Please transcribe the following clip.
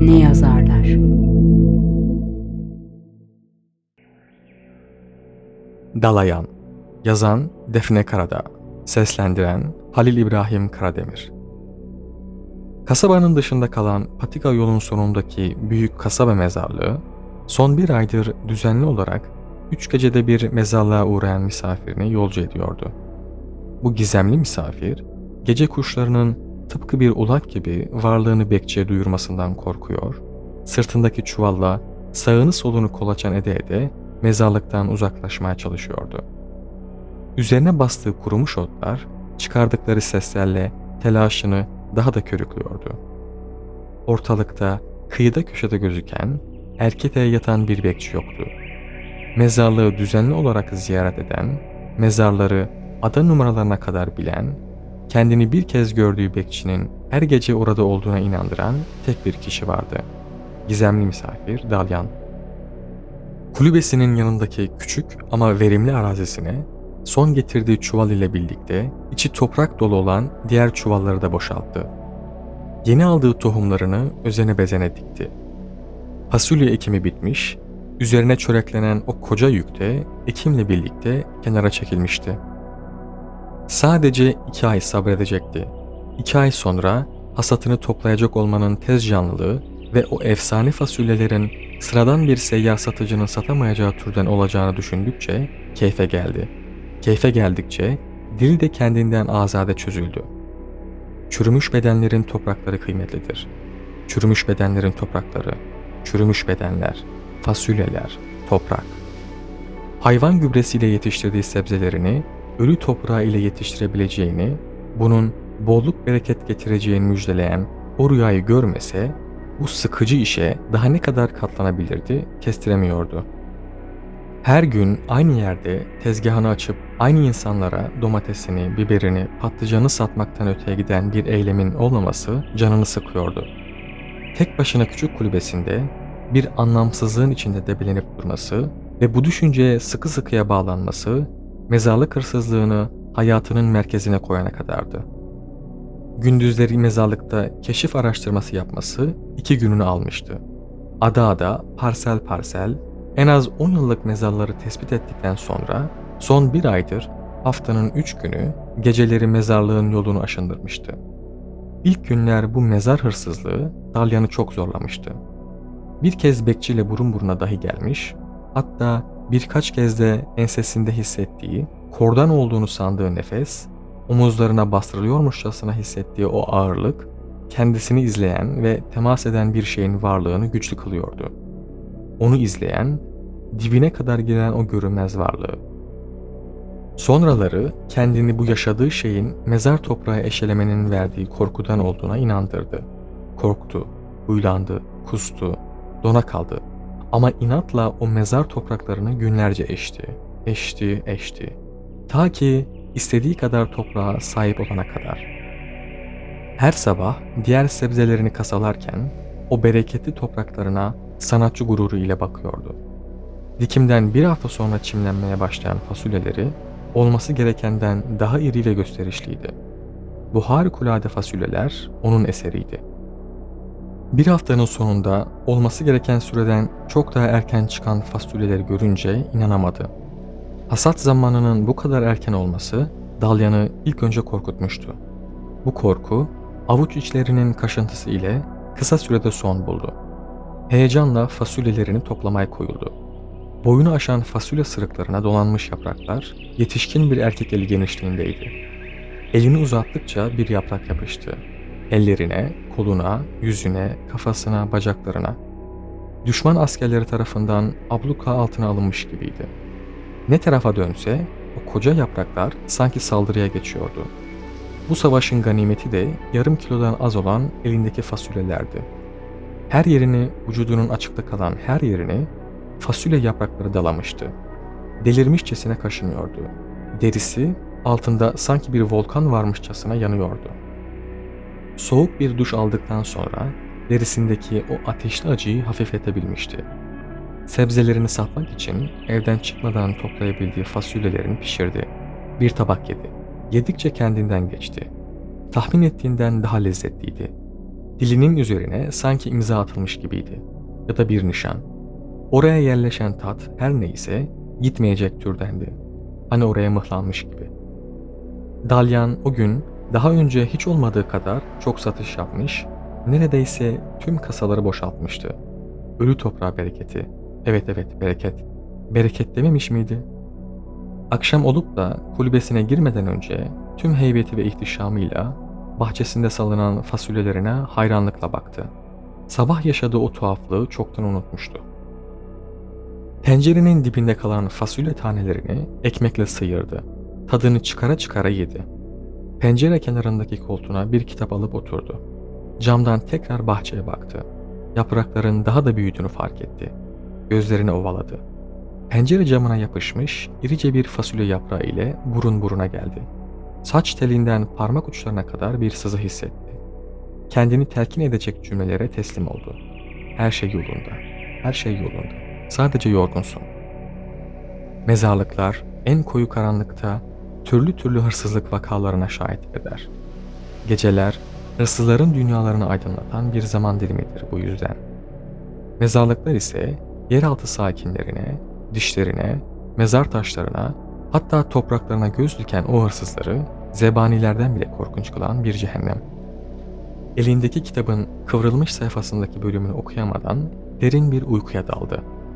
ne yazarlar? Dalayan. Yazan Defne Karadağ. Seslendiren Halil İbrahim Karademir. Kasabanın dışında kalan patika yolun sonundaki büyük kasaba mezarlığı, son bir aydır düzenli olarak 3 gecede bir mezarlığa uğrayan misafirini yolcu ediyordu. Bu gizemli misafir, gece kuşlarının tıpkı bir ulak gibi varlığını bekçiye duyurmasından korkuyor, sırtındaki çuvalla sağını solunu kolaçan ede ede mezarlıktan uzaklaşmaya çalışıyordu. Üzerine bastığı kurumuş otlar, çıkardıkları seslerle telaşını daha da körüklüyordu. Ortalıkta, kıyıda köşede gözüken, erketeye yatan bir bekçi yoktu. Mezarlığı düzenli olarak ziyaret eden, mezarları ada numaralarına kadar bilen, kendini bir kez gördüğü bekçinin her gece orada olduğuna inandıran tek bir kişi vardı. Gizemli misafir Dalyan. Kulübesinin yanındaki küçük ama verimli arazisine son getirdiği çuval ile birlikte içi toprak dolu olan diğer çuvalları da boşalttı. Yeni aldığı tohumlarını özene bezene dikti. Fasulye ekimi bitmiş, üzerine çöreklenen o koca yük de ekimle birlikte kenara çekilmişti. Sadece 2 ay sabredecekti. 2 ay sonra hasatını toplayacak olmanın tez canlılığı ve o efsane fasulyelerin sıradan bir seyyar satıcının satamayacağı türden olacağını düşündükçe keyfe geldi. Keyfe geldikçe dili de kendinden azade çözüldü. Çürümüş bedenlerin toprakları kıymetlidir. Çürümüş bedenlerin toprakları, çürümüş bedenler, fasulyeler, toprak. Hayvan gübresiyle yetiştirdiği sebzelerini ölü toprağı ile yetiştirebileceğini, bunun bolluk bereket getireceğini müjdeleyen o rüyayı görmese, bu sıkıcı işe daha ne kadar katlanabilirdi kestiremiyordu. Her gün aynı yerde tezgahını açıp aynı insanlara domatesini, biberini, patlıcanı satmaktan öteye giden bir eylemin olmaması canını sıkıyordu. Tek başına küçük kulübesinde bir anlamsızlığın içinde debelenip durması ve bu düşünceye sıkı sıkıya bağlanması, mezarlık hırsızlığını hayatının merkezine koyana kadardı. Gündüzleri mezarlıkta keşif araştırması yapması 2 gününü almıştı. Ada ada, parsel parsel, en az 10 yıllık mezarları tespit ettikten sonra son 1 aydır haftanın 3 günü geceleri mezarlığın yolunu aşındırmıştı. İlk günler bu mezar hırsızlığı Dalyan'ı çok zorlamıştı. Bir kez bekçiyle burun buruna dahi gelmiş, hatta birkaç kez de ensesinde hissettiği, kordan olduğunu sandığı nefes, omuzlarına bastırılıyormuşçasına hissettiği o ağırlık, kendisini izleyen ve temas eden bir şeyin varlığını güçlü kılıyordu. Onu izleyen, dibine kadar giren o görünmez varlığı. Sonraları kendini bu yaşadığı şeyin mezar toprağı eşelemenin verdiği korkudan olduğuna inandırdı. Korktu, huylandı, kustu, dona kaldı. Ama inatla o mezar topraklarını günlerce eşti. Ta ki istediği kadar toprağa sahip olana kadar. Her sabah diğer sebzelerini kasalarken o bereketli topraklarına sanatçı gururu ile bakıyordu. Dikimden 1 hafta sonra çimlenmeye başlayan fasulyeleri olması gerekenden daha iri ve gösterişliydi. Bu harikulade fasulyeler onun eseriydi. 1 haftanın sonunda olması gereken süreden çok daha erken çıkan fasulyeleri görünce inanamadı. Hasat zamanının bu kadar erken olması Dalyan'ı ilk önce korkutmuştu. Bu korku avuç içlerinin kaşıntısı ile kısa sürede son buldu. Heyecanla fasulyelerini toplamaya koyuldu. Boyunu aşan fasulye sırıklarına dolanmış yapraklar yetişkin bir erkek eli genişliğindeydi. Elini uzattıkça bir yaprak yapıştı. Ellerine, koluna, yüzüne, kafasına, bacaklarına. Düşman askerleri tarafından abluka altına alınmış gibiydi. Ne tarafa dönse o koca yapraklar sanki saldırıya geçiyordu. Bu savaşın ganimeti de yarım kilodan az olan elindeki fasulyelerdi. Her yerini, vücudunun açıkta kalan her yerini fasulye yaprakları dalamıştı. Delirmişçesine kaşınıyordu. Derisi altında sanki bir volkan varmışçasına yanıyordu. Soğuk bir duş aldıktan sonra derisindeki o ateşli acıyı hafifletebilmişti. Sebzelerini satmak için evden çıkmadan toplayabildiği fasulyelerini pişirdi. Bir tabak yedi. Yedikçe kendinden geçti. Tahmin ettiğinden daha lezzetliydi. Dilinin üzerine sanki imza atılmış gibiydi. Ya da bir nişan. Oraya yerleşen tat her neyse gitmeyecek türdendi. Hani oraya mıhlanmış gibi. Dalyan o gün daha önce hiç olmadığı kadar çok satış yapmış, neredeyse tüm kasaları boşaltmıştı. Ölü toprağa bereketi. Evet evet, bereket. Bereket dememiş miydi? Akşam olup da kulübesine girmeden önce tüm heybeti ve ihtişamıyla bahçesinde salınan fasulyelerine hayranlıkla baktı. Sabah yaşadığı o tuhaflığı çoktan unutmuştu. Tencerenin dibinde kalan fasulye tanelerini ekmekle sıyırdı. Tadını çıkara çıkara yedi. Pencere kenarındaki koltuğuna bir kitap alıp oturdu. Camdan tekrar bahçeye baktı. Yaprakların daha da büyüdüğünü fark etti. Gözlerini ovaladı. Pencere camına yapışmış irice bir fasulye yaprağı ile burun buruna geldi. Saç telinden parmak uçlarına kadar bir sızı hissetti. Kendini telkin edecek cümlelere teslim oldu. Her şey yolunda, her şey yolunda. Sadece yorgunsun. Mezarlıklar en koyu karanlıkta türlü türlü hırsızlık vakalarına şahitlik eder. Geceler hırsızların dünyalarını aydınlatan bir zaman dilimidir bu yüzden. Mezarlıklar ise yeraltı sakinlerine, dişlerine, mezar taşlarına, hatta topraklarına göz diken o hırsızları zebanilerden bile korkunç kılan bir cehennem. Elindeki kitabın kıvrılmış sayfasındaki bölümünü okuyamadan derin bir uykuya daldı.